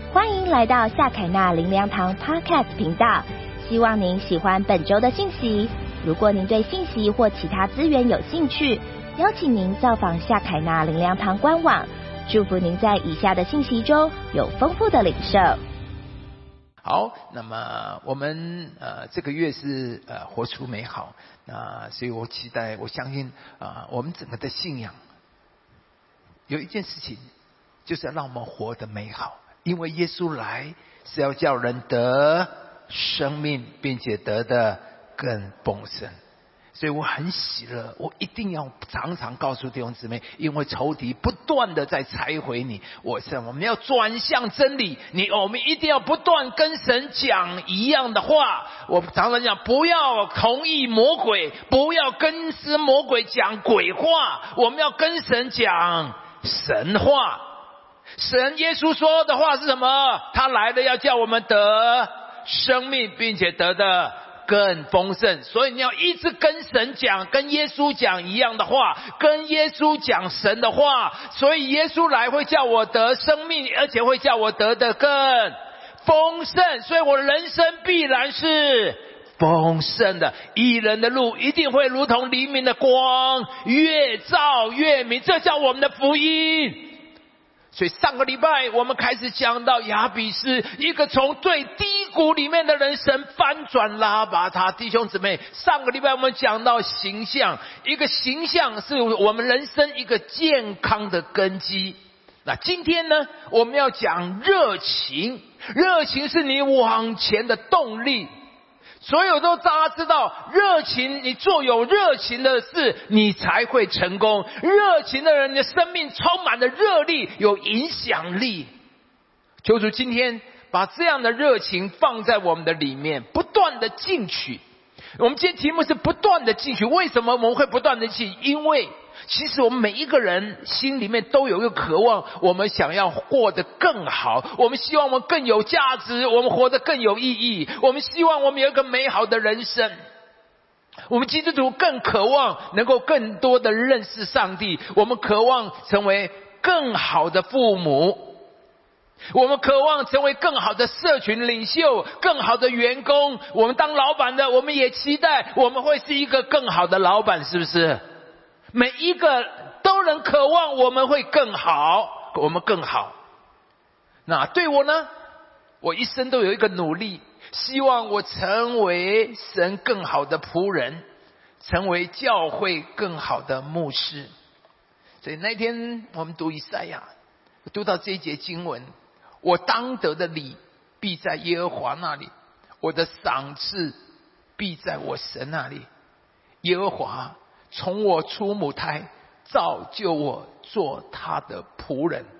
欢迎来到夏凯纳灵粮堂 Podcast 频道，希望您喜欢本周的信息。如果您对信息或其他资源有兴趣，邀请您造访夏凯纳灵粮堂官网。祝福您在以下的信息中有丰富的领受。 好，那么我们这个月是活出美好，所以我期待，我相信我们整个的信仰有一件事情，就是要让我们活得美好。因为耶稣来是要叫人得生命，并且得的更丰盛。所以我很喜乐，我一定要常常告诉弟兄姊妹，因为仇敌不断的在拆毁你。我们要转向真理，我们一定要不断跟神讲一样的话。我常常讲，不要同意魔鬼，不要跟魔鬼讲鬼话，我们要跟神讲神话。神耶稣说的话是什么？他来了要叫我们得生命，并且得的更丰盛。所以你要一直跟神讲，跟耶稣讲一样的话，跟耶稣讲神的话。所以耶稣来会叫我得生命，而且会叫我得的更丰盛。所以我人生必然是丰盛的，义人的路一定会如同黎明的光，越照越明。这叫我们的福音。所以上个礼拜我们开始讲到亚比斯，一个从最低谷里面的人，神翻转拉拔他。弟兄姊妹，上个礼拜我们讲到形象，一个形象是我们人生一个健康的根基。那今天呢，我们要讲热情，热情是你往前的动力。所有都大家知道，热情，你做有热情的事，你才会成功。热情的人，你的生命充满了热力，有影响力。求主今天把这样的热情放在我们的里面，不断的进取。我们今天题目是不断的进取。为什么我们会不断的进取？因为其实我们每一个人心里面都有一个渴望，我们想要过得更好，我们希望我们更有价值，我们活得更有意义，我们希望我们有一个美好的人生。我们基督徒更渴望能够更多的认识上帝，我们渴望成为更好的父母，我们渴望成为更好的社群领袖，更好的员工。我们当老板的，我们也期待我们会是一个更好的老板，是不是？每一个都能渴望我们会更好，我们更好。那对我呢，我一生都有一个努力，希望我成为神更好的仆人，成为教会更好的牧师。所以那天我们读以赛亚，读到这一节经文，我当得的礼必在耶和华那里，我的赏赐必在我神那里。耶和华从我出母胎造就我做他的仆人。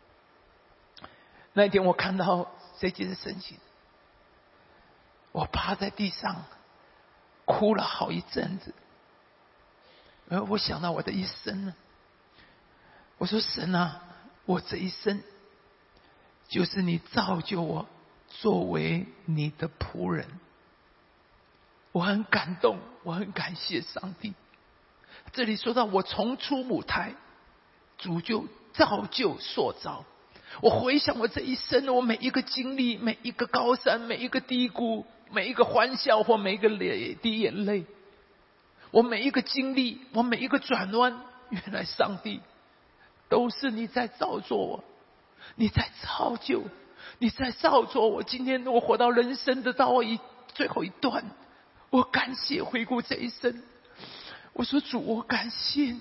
那天我看到这件事情，我趴在地上哭了好一阵子。而我想到我的一生呢，我说神啊，我这一生就是你造就我作为你的仆人。我很感动，我很感谢上帝。这里说到我从出母胎，主就造就塑造。我回想我这一生，我每一个经历，每一个高山，每一个低谷，每一个欢笑或每一个滴眼泪，我每一个经历，我每一个转弯，原来上帝都是你在造作我，你在造就，你在造作我。今天我活到人生的最后一段，我感谢回顾这一生。我说主，我感谢你，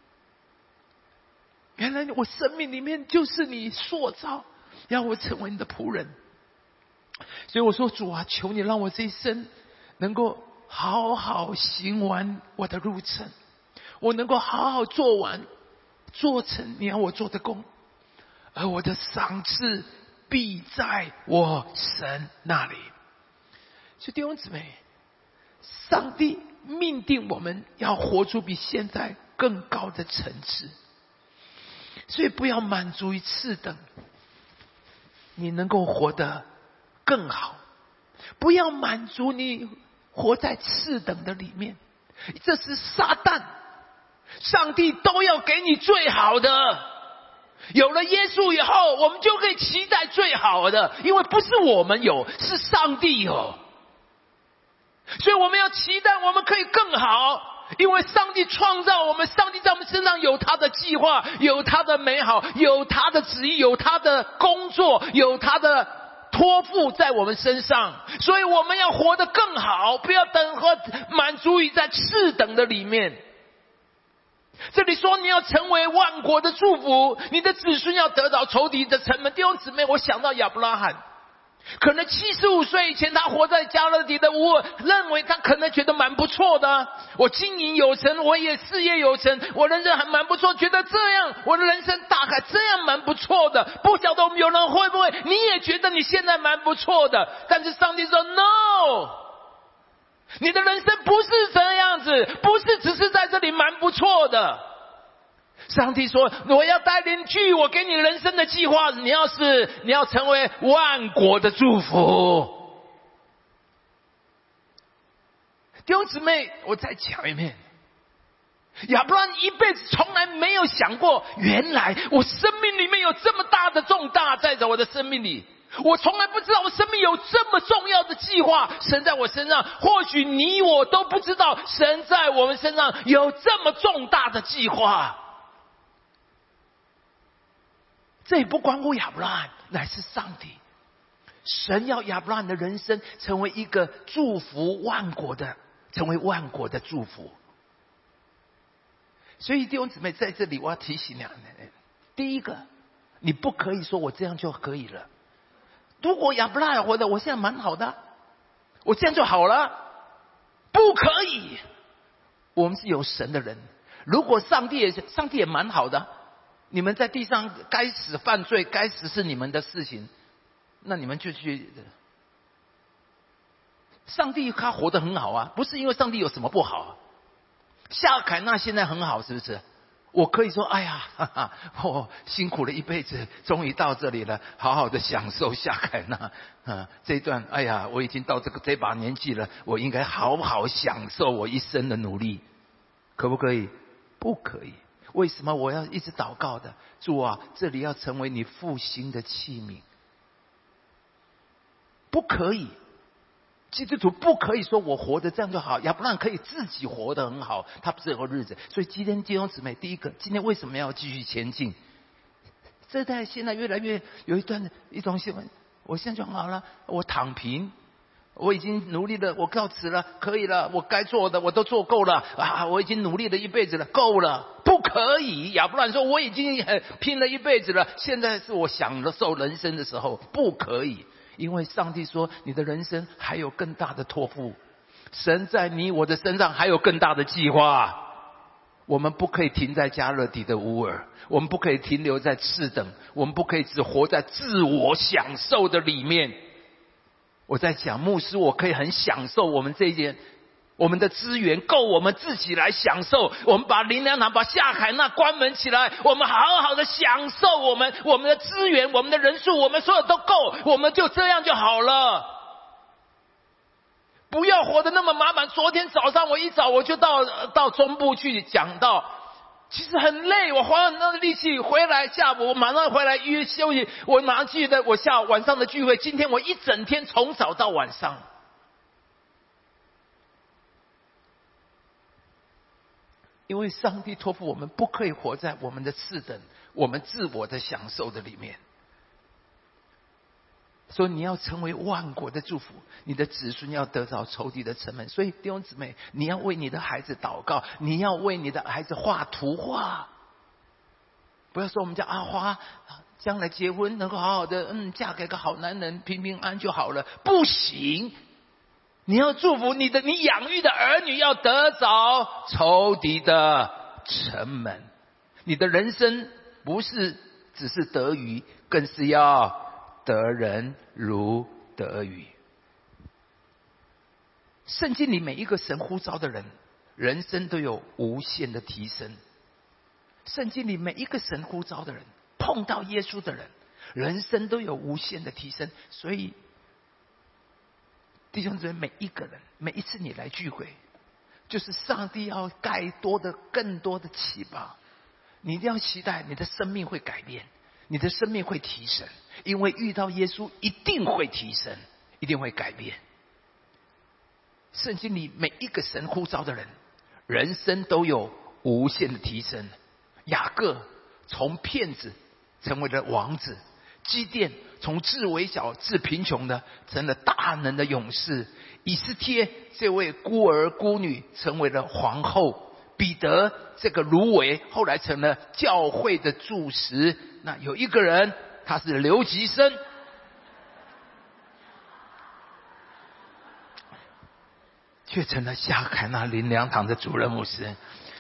原来我生命里面就是你塑造，让我成为你的仆人。所以我说主啊，求你让我这一生能够好好行完我的路程，我能够好好做成你让我做的工，而我的赏赐必在我神那里。所以弟兄姊妹，上帝命定我们要活出比现在更高的层次，所以不要满足于次等，你能够活得更好。不要满足你活在次等的里面，这是撒旦。上帝都要给你最好的，有了耶稣以后，我们就可以期待最好好的，因为不是我们有，是上帝有。所以我们要期待我们可以更好，因为上帝创造我们，上帝在我们身上有他的计划，有他的美好，有他的旨意，有他的工作，有他的托付在我们身上。所以我们要活得更好，不要等和满足于在次等的里面。这里说你要成为万国的祝福，你的子孙要得到仇敌的城门。弟兄姊妹，我想到亚伯拉罕，可能75岁以前他活在加勒底的乌尔，认为他可能觉得蛮不错的，我经营有成，我也事业有成，我人生还蛮不错，觉得这样我的人生大概这样蛮不错的。不晓得我们有人会不会你也觉得你现在蛮不错的，但是上帝说 No， 你的人生不是这样子，不是只是在这里蛮不错的。上帝说我要带领去我给你人生的计划，你要成为万国的祝福。弟兄姊妹，我再讲一遍，亚伯拉罕一辈子从来没有想过，原来我生命里面有这么大的重大在我的生命里，我从来不知道我生命有这么重要的计划，神在我身上。或许你我都不知道，神在我们身上有这么重大的计划。这也不关乎亚伯拉罕，乃是上帝。神要亚伯拉罕的人生成为一个祝福万国的，成为万国的祝福。所以弟兄姊妹，在这里我要提醒两人：第一个，你不可以说我这样就可以了。如果亚伯拉罕活的我现在蛮好的，我这样就好了，不可以。我们是有神的人，如果上帝也蛮好的，你们在地上该死犯罪，该死是你们的事情，那你们就去。上帝他活得很好啊，不是因为上帝有什么不好。夏凯纳现在很好，是不是？我可以说，哎呀，我辛苦了一辈子，终于到这里了，好好的享受夏凯纳这一段。哎呀，我已经到这把年纪了，我应该好好享受我一生的努力，可不可以？不可以。为什么我要一直祷告的？主啊，这里要成为你复兴的器皿。不可以，基督徒不可以说我活得这样就好。亚伯拉罕可以自己活得很好，他不是有日子。所以今天弟兄姊妹，第一个，今天为什么要继续前进？这代现在越来越有一种新闻，我现在就很好了，我躺平。我已经努力了，我告辞了，可以了，我该做的我都做够了啊！我已经努力了一辈子了，够了，不可以。亚伯拉罕说我已经拼了一辈子了，现在是我享受人生的时候，不可以。因为上帝说你的人生还有更大的托付，神在你我的身上还有更大的计划。我们不可以停在加勒底的乌尔，我们不可以停留在次等，我们不可以只活在自我享受的里面。我在讲牧师，我可以很享受我们这一点，我们的资源够我们自己来享受。我们把灵粮堂、把夏海那关门起来，我们好好的享受我们的资源、我们的人数，我们所有都够，我们就这样就好了。不要活得那么麻烦。昨天早上我一早我就到中部去讲道，其实很累，我花了很多的力气回来，下午我马上回来约休息，我马上记得我下午晚上的聚会。今天我一整天从早到晚上，因为上帝托付我们不可以活在我们的次等、我们自我的享受的里面。所以你要成为万国的祝福，你的子孙要得着仇敌的城门。所以弟兄姊妹，你要为你的孩子祷告，你要为你的孩子画图画。不要说我们家阿花将来结婚能够好好的嫁给个好男人，平平安就好了，不行。你要祝福你养育的儿女要得着仇敌的城门。你的人生不是只是得鱼，更是要得人如得鱼。圣经里每一个神呼召的人，人生都有无限的提升。圣经里每一个神呼召的人，碰到耶稣的人，人生都有无限的提升。所以弟兄姊妹，每一个人，每一次你来聚会，就是上帝要更多的启发。你一定要期待你的生命会改变， 你的生命会提升，因为遇到耶稣一定会提升，一定会改变。圣经里每一个神呼召的人，人生都有无限的提升。雅各从骗子成为了王子，基甸从自微小自贫穷的成了大能的勇士，以斯帖这位孤儿孤女成为了皇后，彼得这个芦苇后来成了教会的柱石。那有一个人，他是刘吉生，却成了夏凯纳灵粮堂的主任牧师。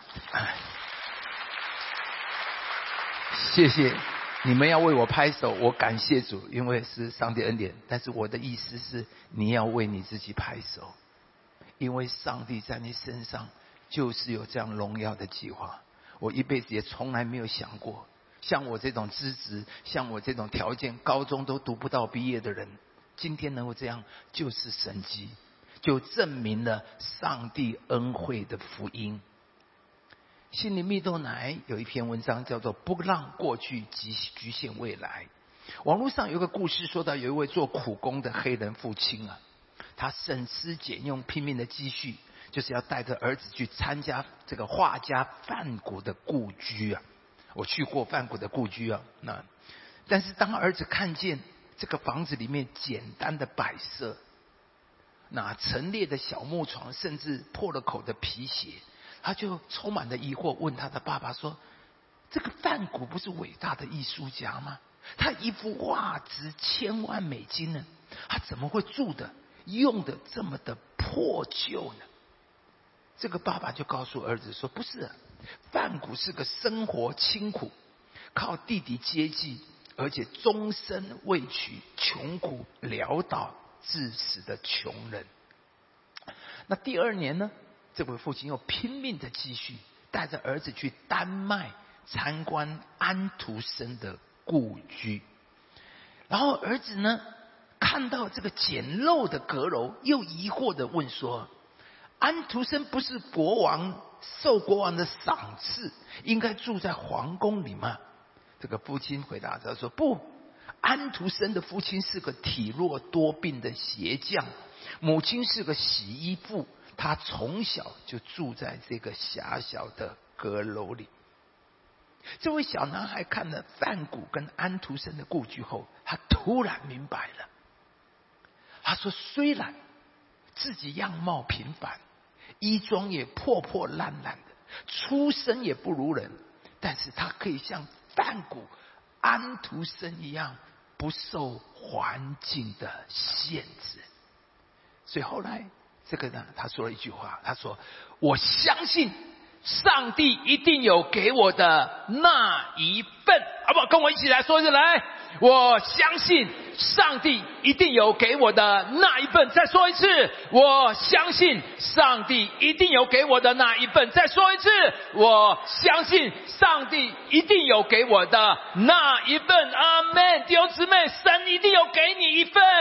谢谢你们要为我拍手，我感谢主，因为是上帝恩典。但是我的意思是，你要为你自己拍手，因为上帝在你身上就是有这样荣耀的计划。我一辈子也从来没有想过，像我这种资质，像我这种条件，高中都读不到毕业的人，今天能够这样，就是神迹，就证明了上帝恩惠的福音。心灵蜜豆奶有一篇文章叫做不让过去局限未来。网络上有个故事说到，有一位做苦工的黑人父亲他省吃俭用拼命的积蓄，就是要带着儿子去参加这个画家梵谷的故居我去过梵谷的故居但是当儿子看见这个房子里面简单的摆设，那陈列的小木床，甚至破了口的皮鞋，他就充满了疑惑，问他的爸爸说，这个梵谷不是伟大的艺术家吗？他一幅画值1000万美金呢，他怎么会住的用的这么的破旧呢？这个爸爸就告诉儿子说，不是，梵谷是个生活清苦，靠弟弟接济，而且终身未娶，穷苦潦倒致死的穷人。那第二年呢，这位父亲又拼命的积蓄，带着儿子去丹麦参观安徒生的故居。然后儿子呢，看到这个简陋的阁楼，又疑惑的问说，安徒生不是国王，受国王的赏赐，应该住在皇宫里吗？这个父亲回答他说，不，安徒生的父亲是个体弱多病的鞋匠，母亲是个洗衣妇，他从小就住在这个狭小的阁楼里。这位小男孩看了梵谷跟安徒生的故居后，他突然明白了。他说，虽然自己样貌平凡，衣装也破破烂烂的，出身也不如人，但是他可以像梵谷、安徒生一样，不受环境的限制。所以后来这个呢，他说了一句话，他说，我相信上帝一定有给我的那一份，好不好？跟我一起来说一次，来，我相信上帝一定有给我的那一份。再说一次，我相信上帝一定有给我的那一份。再说一次，我相信上帝一定有给我的那一份。阿们。弟兄姊妹，神一定有给你一份。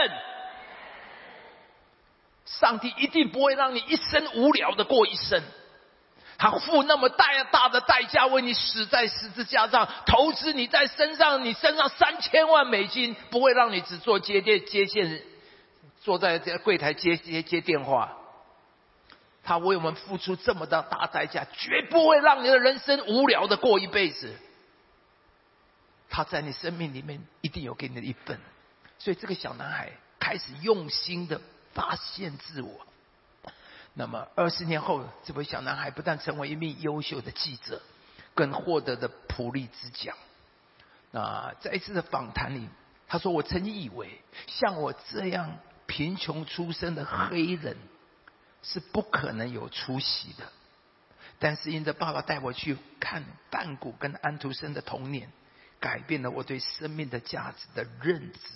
上帝一定不会让你一生无聊的过一生，他付那么大的代价为你死在十字架上，投资你在身上3000万美金，不会让你只做接线，坐在柜台接电话。他为我们付出这么大代价，绝不会让你的人生无聊的过一辈子。他在你生命里面一定有给你的一份。所以这个小男孩开始用心的发现自我。那么20年后，这位小男孩不但成为一名优秀的记者，更获得了普利兹奖。那在一次的访谈里，他说，我曾经以为像我这样贫穷出身的黑人是不可能有出息的，但是因着爸爸带我去看梵谷跟安徒生的童年，改变了我对生命的价值的认知。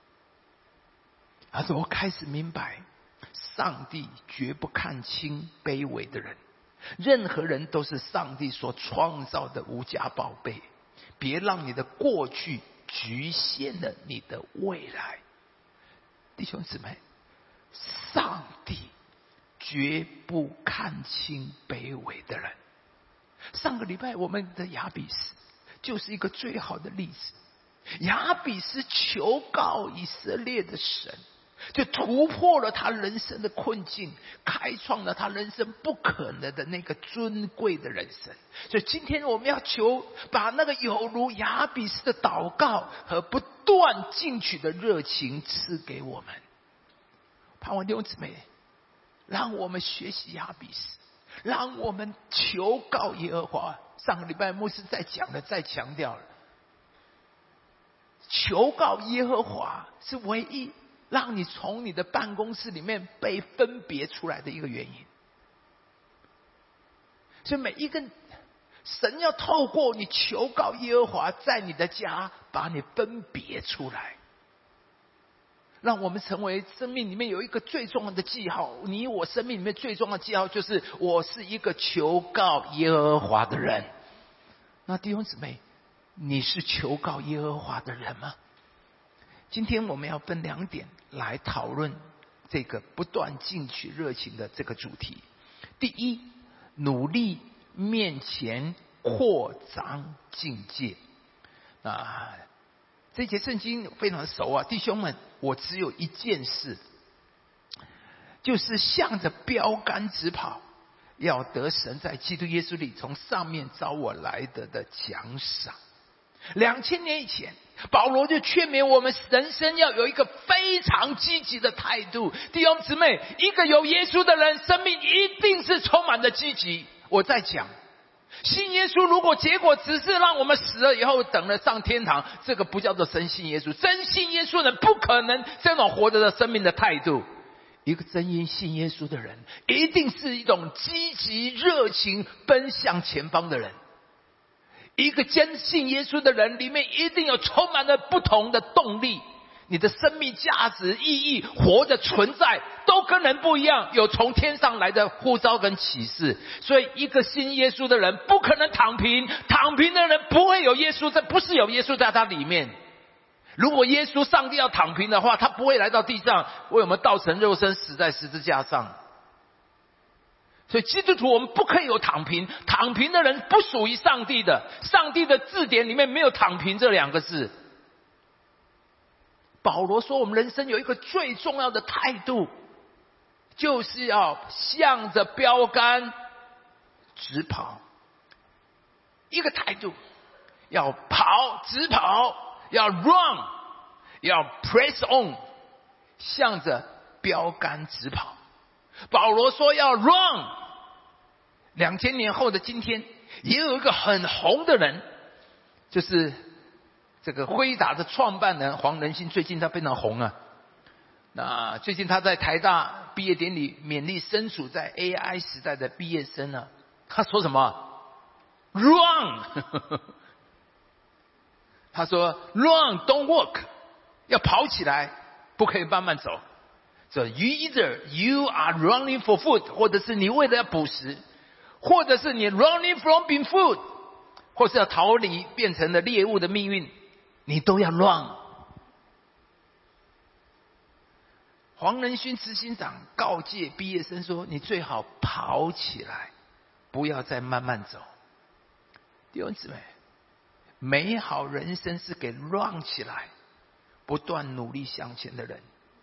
他说，我开始明白，上帝绝不看轻卑微的人，任何人都是上帝所创造的无价宝贝。别让你的过去局限了你的未来。弟兄姊妹，上帝绝不看轻卑微的人。上个礼拜我们的雅比斯就是一个最好的例子。 亚比斯求告以色列的神，就突破了他人生的困境，开创了他人生不可能的那个尊贵的人生。所以今天我们要求把那个有如亚比斯的祷告和不断进取的热情赐给我们。盼望弟兄姊妹，让我们学习亚比斯，让我们求告耶和华。上个礼拜牧师再讲了，再强调了，求告耶和华是唯一让你从你的办公室里面被分别出来的一个原因。所以每一个神要透过你求告耶和华，在你的家把你分别出来，让我们成为生命里面有一个最重要的记号。你我生命里面最重要的记号就是我是一个求告耶和华的人。那弟兄姊妹，你是求告耶和华的人吗？今天我们要分2点来讨论这个不断进取热情的这个主题。第一，努力面前扩张境界。这节圣经非常熟啊，弟兄们，我只有一件事，就是向着标杆直跑，要得神在基督耶稣里从上面招我来的奖赏。2000年以前，保罗就劝勉我们人生要有一个非常积极的态度。弟兄姊妹，一个有耶稣的人，生命一定是充满的积极。我在讲信耶稣，如果结果只是让我们死了以后等了上天堂，这个不叫做真信耶稣。真信耶稣的人不可能这种活着的生命的态度。一个真因信耶稣的人，一定是一种积极热情奔向前方的人。一个真信耶稣的人里面一定有充满了不同的动力，你的生命价值意义活着存在都跟人不一样，有从天上来的呼召跟启示。所以一个信耶稣的人不可能躺平，躺平的人不会有耶稣，这不是有耶稣在他里面。如果耶稣上帝要躺平的话，他不会来到地上为我们道成肉身死在十字架上。所以基督徒我们不可以有躺平，躺平的人不属于上帝的，上帝的字典里面没有躺平这2个字。保罗说我们人生有一个最重要的态度，就是要向着标杆直跑。一个态度，要跑，直跑，要 run， 要 press on， 向着标杆直跑。保罗说要 run。2000 年后的今天，也有一个很红的人，就是这个辉达的创办人黄仁勋。最近他非常红啊。那最近他在台大毕业典礼勉励身处在 AI 时代的毕业生啊，他说什么 ？Run 他说 Run don't walk， 要跑起来，不可以慢慢走。So either you are running for food， 或者是你为了要捕食，或者是你 running from being food， 或是要逃离变成了猎物的命运，你都要 run。黄仁勋执行长告诫毕业生说，你最好跑起来，不要再慢慢走。弟兄姊妹，美好人生是给 run 起来不断努力向前的人，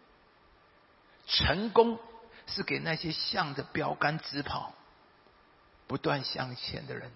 成功是给那些向着标杆直跑不断向前的人。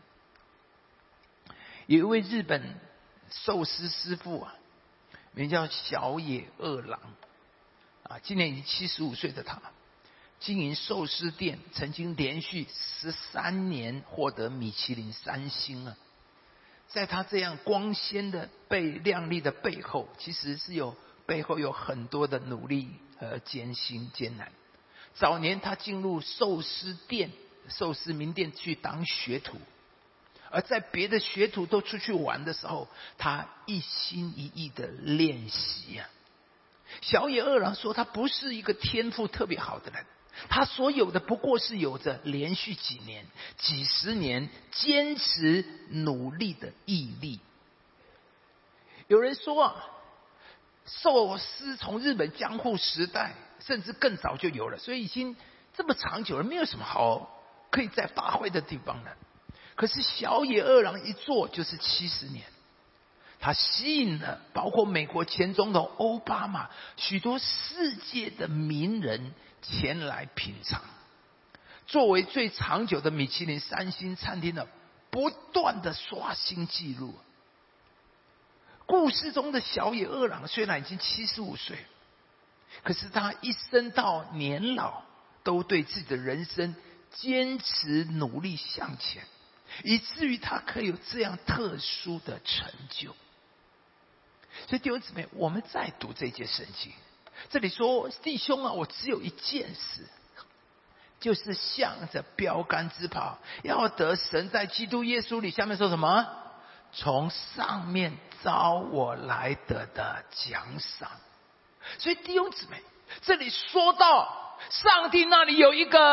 有一位日本寿司师傅啊，名叫小野二郎啊，今年已经75岁的他，经营寿司店，曾经连续13年获得米其林3星啊。在他这样光鲜的亮丽的背后，其实是背后有很多的努力和艰辛艰难。早年他进入寿司名店去当学徒，而在别的学徒都出去玩的时候，他一心一意的练习啊。小野二郎说，他不是一个天赋特别好的人，他所有的不过是有着连续几年、几十年坚持努力的毅力。有人说啊，寿司从日本江户时代甚至更早就有了，所以已经这么长久了，没有什么好可以再发挥的地方了。可是小野二郎一做就是70年， 他吸引了包括美国前总统奥巴马许多世界的名人前来品尝。作为最长久的米其林3星餐厅呢，不断的刷新纪录。故事中的小野二郎虽然已经75岁，可是他一生到年老都对自己的人生坚持努力向前，以至于他可以有这样特殊的成就。所以弟兄姊妹，我们再读这节圣经，这里说弟兄啊，我只有一件事，就是向着标杆直跑，要得神在基督耶稣里，下面说什么？从上面招我来得的奖赏。所以弟兄姊妹，这里说到上帝那里有一个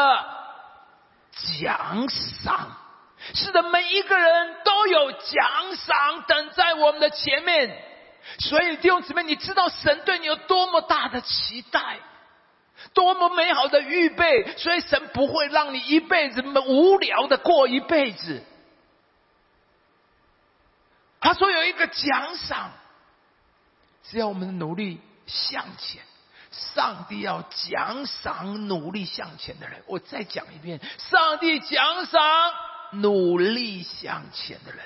奖赏，是的，每一个人都有奖赏等在我们的前面。所以弟兄姊妹，你知道神对你有多么大的期待，多么美好的预备，所以神不会让你一辈子无聊的过一辈子。他说有一个奖赏，只要我们努力向前，上帝要奖赏努力向前的人。我再讲一遍，上帝奖赏努力向前的人。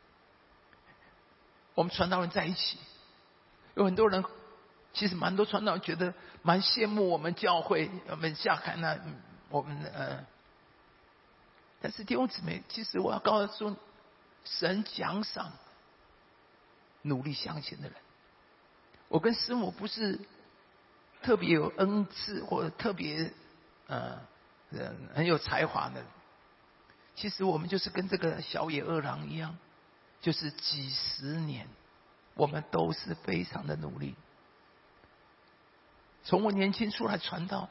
我们传道人在一起，有很多人，其实蛮多传道人觉得蛮羡慕我们教会，我们下看那我们但是弟兄姊妹，其实我要告诉你，神奖赏努力向前的人。我跟师母不是特别有恩赐或者特别很有才华的人，其实我们就是跟这个小野二郎一样，就是几十年我们都是非常的努力。从我年轻出来传道，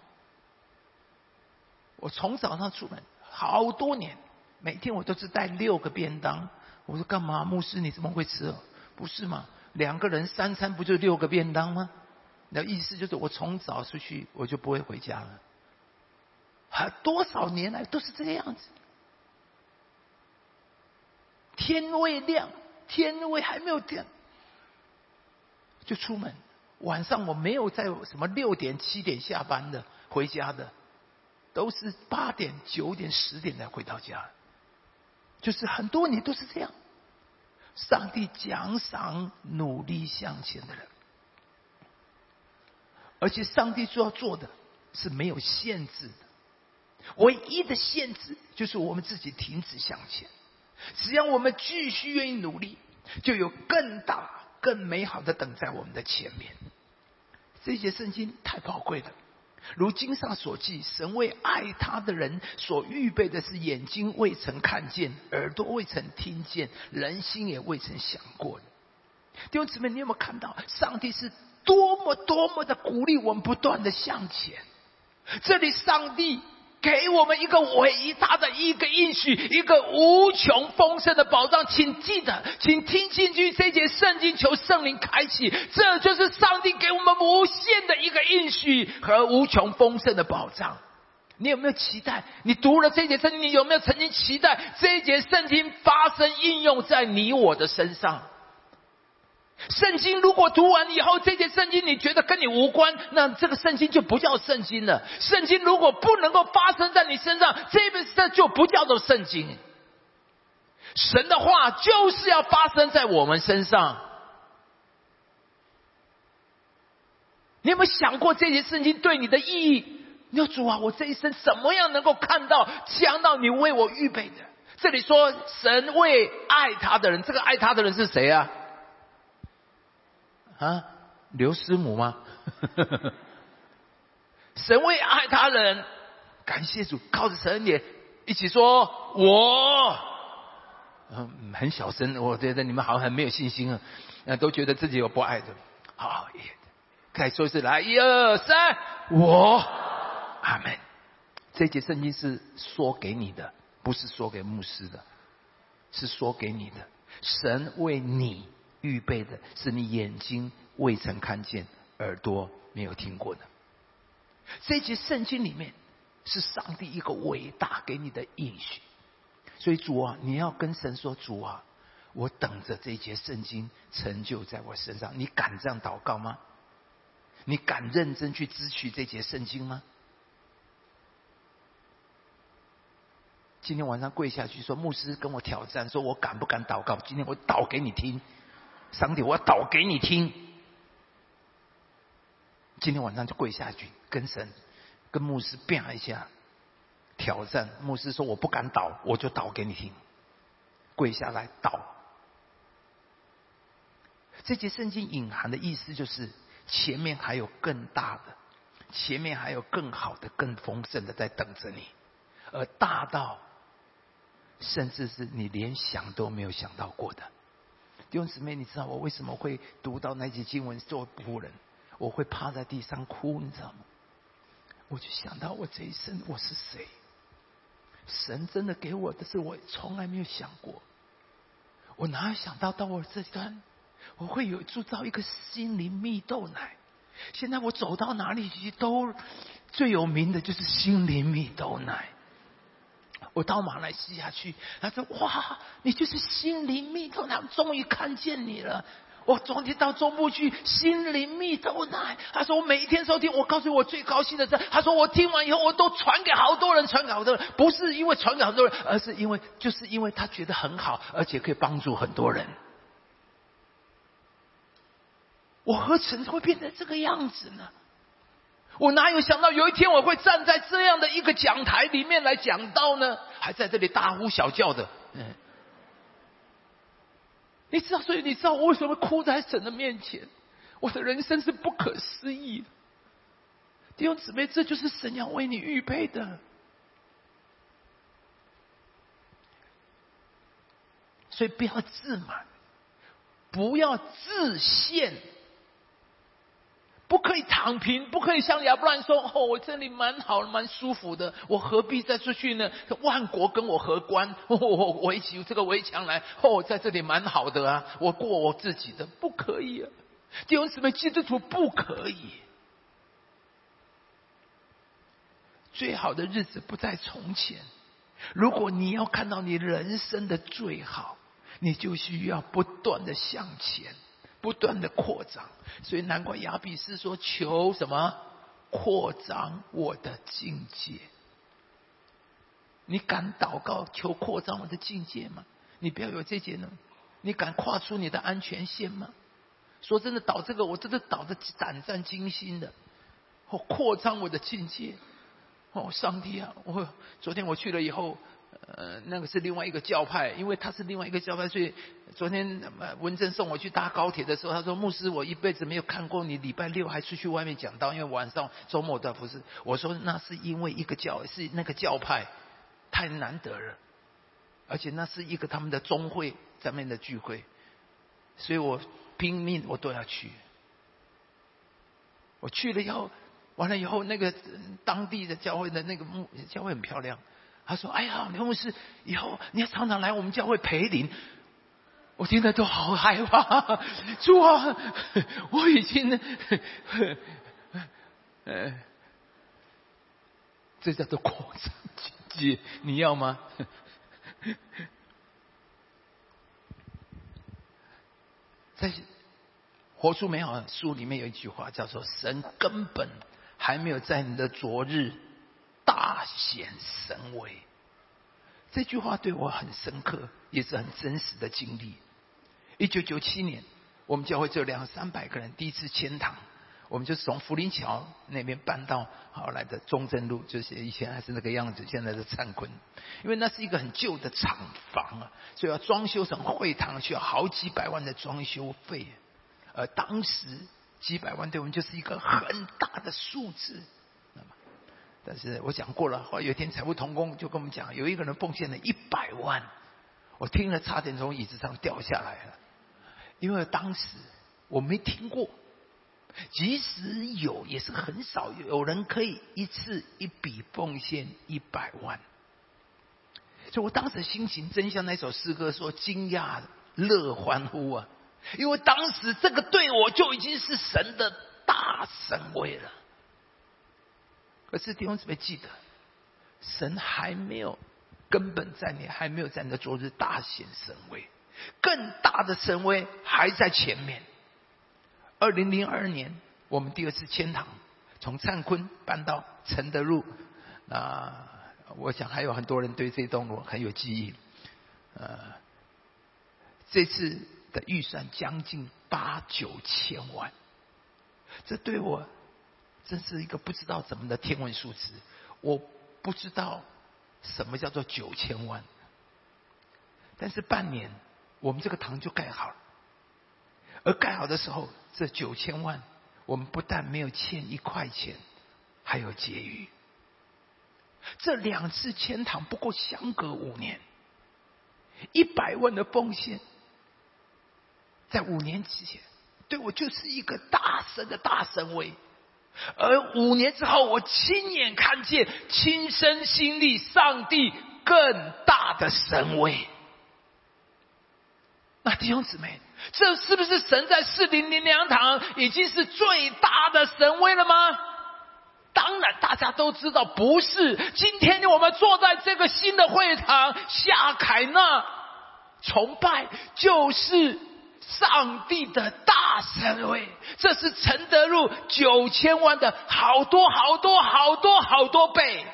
我从早上出门好多年，每天我都是带6个便当。我说干嘛？牧师你怎么会吃哦？不是吗？2个人3餐不就6个便当吗？那意思就是我从早出去我就不会回家了。多少年来都是这个样子。天未亮，天未还没有亮就出门。晚上我没有在什么6点7点下班的回家的，都是8点9点10点才回到家。就是很多年都是这样。上帝奖赏努力向前的人，而且上帝所要做的是没有限制的，唯一的限制就是我们自己停止向前。只要我们继续愿意努力，就有更大更美好的等在我们的前面。这节圣经太宝贵了，如经上所记，神为爱他的人所预备的是眼睛未曾看见，耳朵未曾听见，人心也未曾想过的。弟兄姊妹，你有没有看到上帝是多么多么的鼓励我们不断的向前？这里上帝给我们一个伟大的一个应许，一个无穷丰盛的保障。请记得，请听进去这节圣经，求圣灵开启，这就是上帝给我们无限的一个应许和无穷丰盛的保障。你有没有期待？你读了这节圣经，你有没有曾经期待这一节圣经发生应用在你我的身上？圣经如果读完以后，这节圣经你觉得跟你无关，那这个圣经就不叫圣经了。圣经如果不能够发生在你身上，这就不叫做圣经。神的话就是要发生在我们身上。你有没有想过这节圣经对你的意义？你说主啊，我这一生怎么样能够看到讲到你为我预备的？这里说神为爱他的人，这个爱他的人是谁啊？刘师母吗？神为爱他人，感谢主，靠着神恩典一起说我。很小声，我觉得你们好像很没有信心啊，都觉得自己有不爱的。好，再说一次，来，1、2、3，我，阿们。这节圣经是说给你的，不是说给牧师的，是说给你的。神为你预备的是你眼睛未曾看见，耳朵没有听过的。这节圣经里面是上帝一个伟大给你的应许。所以主啊，你要跟神说，主啊， 我等着这一节圣经成就在我身上。你敢这样祷告吗？你敢认真去支取这节圣经吗？今天晚上跪下去说，牧师跟我挑战，说我敢不敢祷告？今天我祷给你听，上帝，我要祷给你听。今天晚上就跪下去，跟神、跟牧师辩一下，挑战。牧师说我不敢祷，我就祷给你听。跪下来祷。这节圣经隐含的意思就是，前面还有更大的，前面还有更好的、更丰盛的在等着你，而大到甚至是你连想都没有想到过的。弟兄姊妹，你知道我为什么会读到那节经文作为仆人，我会趴在地上哭，你知道吗？我就想到我这一生我是谁，神真的给我的是我从来没有想过。我哪有想到我这段我会有铸造一个心灵蜜豆奶。现在我走到哪里去都最有名的就是心灵蜜豆奶。我到马来西亚去，他说哇，你就是心灵蜜豆奶，终于看见你了。我昨天到中部去，心灵蜜豆奶，他说我每一天收听。我告诉你我最高兴的是，他说我听完以后我都传给好多人，传给好多人，不是因为传给好多人，而是因为他觉得很好，而且可以帮助很多人。我何曾会变成这个样子呢？我哪有想到有一天我会站在这样的一个讲台里面来讲道呢？还在这里大呼小叫的。你知道，所以你知道我为什么哭在神的面前？我的人生是不可思议的。弟兄姊妹，这就是神要为你预备的。所以不要自满，不要自陷，不可以躺平，不可以像亚伯兰说：“哦，我这里蛮好，蛮舒服的，我何必再出去呢？万国跟我何关？我围起这个围墙来，在这里蛮好的啊，我过我自己的，不可以啊！弟兄姊妹，基督徒不可以。最好的日子不在从前。如果你要看到你人生的最好，你就需要不断的向前。”不断的扩张，所以难怪雅比斯说求什么扩张我的境界。你敢祷告求扩张我的境界吗？你不要有这节呢。你敢跨出你的安全线吗？说真的，祷这个我真的祷得胆战惊心的。扩张我的境界。上帝啊！昨天我去了以后。那个是另外一个教派，因为他是另外一个教派，所以昨天文正送我去搭高铁的时候，他说：“牧师，我一辈子没有看过你礼拜六还出去外面讲道，因为晚上周末的不是。”我说：“那是因为是那个教派太难得了，而且那是一个他们的宗会上面的聚会，所以我拼命我都要去。我去了以后，完了以后，那个当地的教会的那个教会很漂亮。”他说：“哎呀，刘牧师，以后你要常常来我们教会陪灵。”我听得都好害怕。主啊，我已经，这叫做扩张境界，你要吗？在《活出美好的书》里面有一句话叫做：“神根本还没有在你的昨日大显神威。”这句话对我很深刻，也是很真实的经历。1997年，我们教会只有200-300个人第一次迁堂，我们就是从福林桥那边搬到后来的中正路，就是以前还是那个样子，现在的灿坤。因为那是一个很旧的厂房啊，所以要装修成会堂，需要好几百万的装修费。而当时几百万对我们就是一个很大的数字。但是我讲过了，后来有一天财务同工就跟我们讲，有一个人奉献了100万，我听了差点从椅子上掉下来了，因为当时我没听过，即使有也是很少有人可以一次一笔奉献100万，所以我当时心情真像那首诗歌说：惊讶乐欢呼啊！因为当时这个对我就已经是神的大神威了。可是弟兄姊妹记得，神还没有根本在你，还没有在你的昨日大显神威。 更大的神威还在前面。2002年，我们第二次迁堂，从灿坤搬到承德路。我想还有很多人对这栋楼很有记忆。这次的预算将近8-9千万，这对我真是一个不知道怎么的天文数字。我不知道什么叫做9000万，但是半年我们这个堂就盖好了。而盖好的时候，这9000万我们不但没有欠1块钱，还有结余。这2次迁堂不过相隔5年，100万的奉献，在5年之前对我就是一个大神的大神威。而5年之后，我亲眼看见，亲身经历上帝更大的神威。那弟兄姊妹，这是不是神在40灵粮堂已经是最大的神威了吗？当然大家都知道不是。今天我们坐在这个新的会堂夏凯纳崇拜，就是上帝的大神威。这是承德路9000万的好多好多好多好多倍。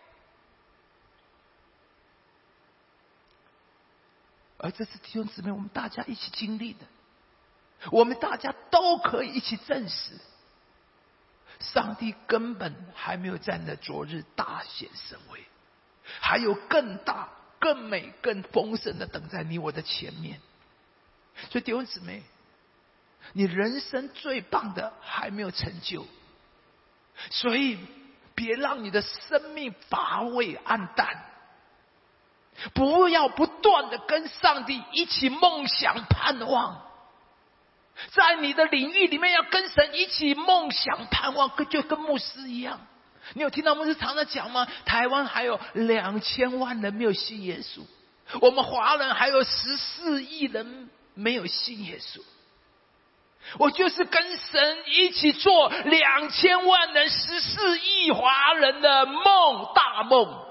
而这是弟兄姊妹我们大家一起经历的，我们大家都可以一起证实，上帝根本还没有在你的昨日大显神威，还有更大更美更丰盛的等在你我的前面。所以弟兄姊妹，你人生最棒的还没有成就，所以别让你的生命乏味暗淡，不要不断的跟上帝一起梦想盼望，在你的领域里面要跟神一起梦想盼望，就跟牧师一样。你有听到牧师常常讲吗？台湾还有2000万人没有信耶稣，我们华人还有14亿人没有信耶稣。我就是跟神一起做2000万人14亿华人的梦，大梦。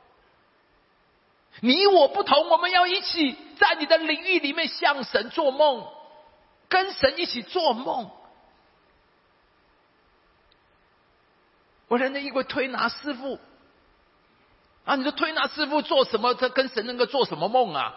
你我不同，我们要一起在你的领域里面向神做梦，跟神一起做梦。我认得一位推拿师傅你说推拿师傅做什么？他跟神能够做什么梦啊？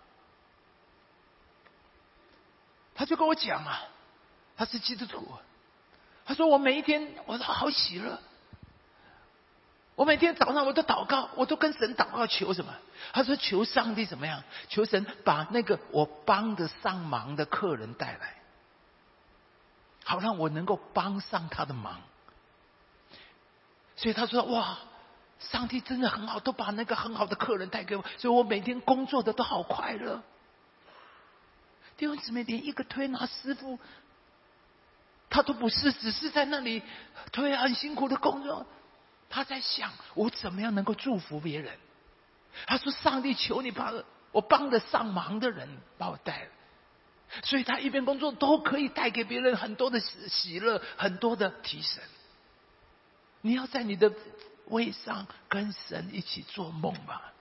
他就跟我讲他是基督徒，他说我每一天我都好喜乐，我每天早上我都祷告，我都跟神祷告求什么？他说求上帝怎么样？求神把那个我帮得上忙的客人带来，好让我能够帮上他的忙。所以他说哇，上帝真的很好，都把那个很好的客人带给我，所以我每天工作的都好快乐。弟兄姊妹，连一个推拿师傅他都不是，只是在那里推很辛苦的工作，他在想我怎么样能够祝福别人。他说上帝求你把我帮得上忙的人把我带来，所以他一边工作都可以带给别人很多的喜乐，很多的提升。你要在你的位上跟神一起做梦吧。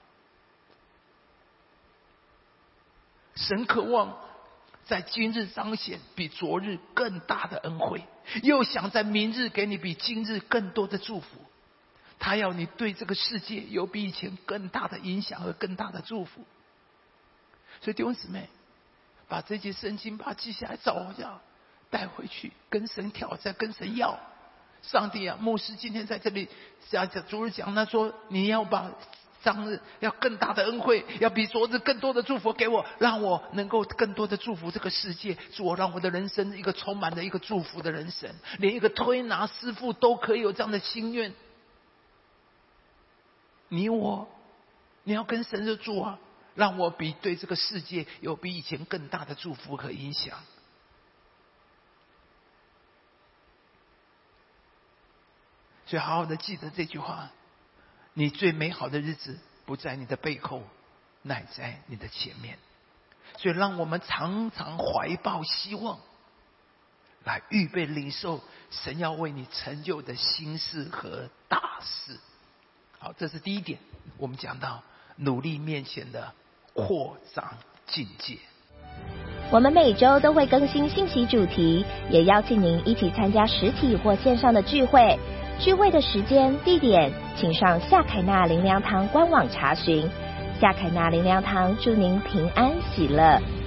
神渴望在今日彰显比昨日更大的恩惠，又想在明日给你比今日更多的祝福。他要你对这个世界有比以前更大的影响和更大的祝福。所以弟兄姊妹，把这节圣经把它记下来，找要带回去，跟神挑战，跟神要。上帝牧师今天在这里主日讲，他说你要把当日要更大的恩惠，要比昨日更多的祝福给我，让我能够更多的祝福这个世界，主我让我的人生一个充满了一个祝福的人生。连一个推拿师傅都可以有这样的心愿，你要跟神说主让我比对这个世界有比以前更大的祝福和影响。所以好好的记得这句话，你最美好的日子不在你的背后，乃在你的前面。所以让我们常常怀抱希望，来预备领受神要为你成就的新事和大事。好，这是第一点，我们讲到努力面前的扩张境界。 我们每周都会更新信息主题，也邀请您一起参加实体或线上的聚会。聚会的时间、地点，请上夏凯纳灵粮堂官网查询。夏凯纳灵粮堂祝您平安喜乐。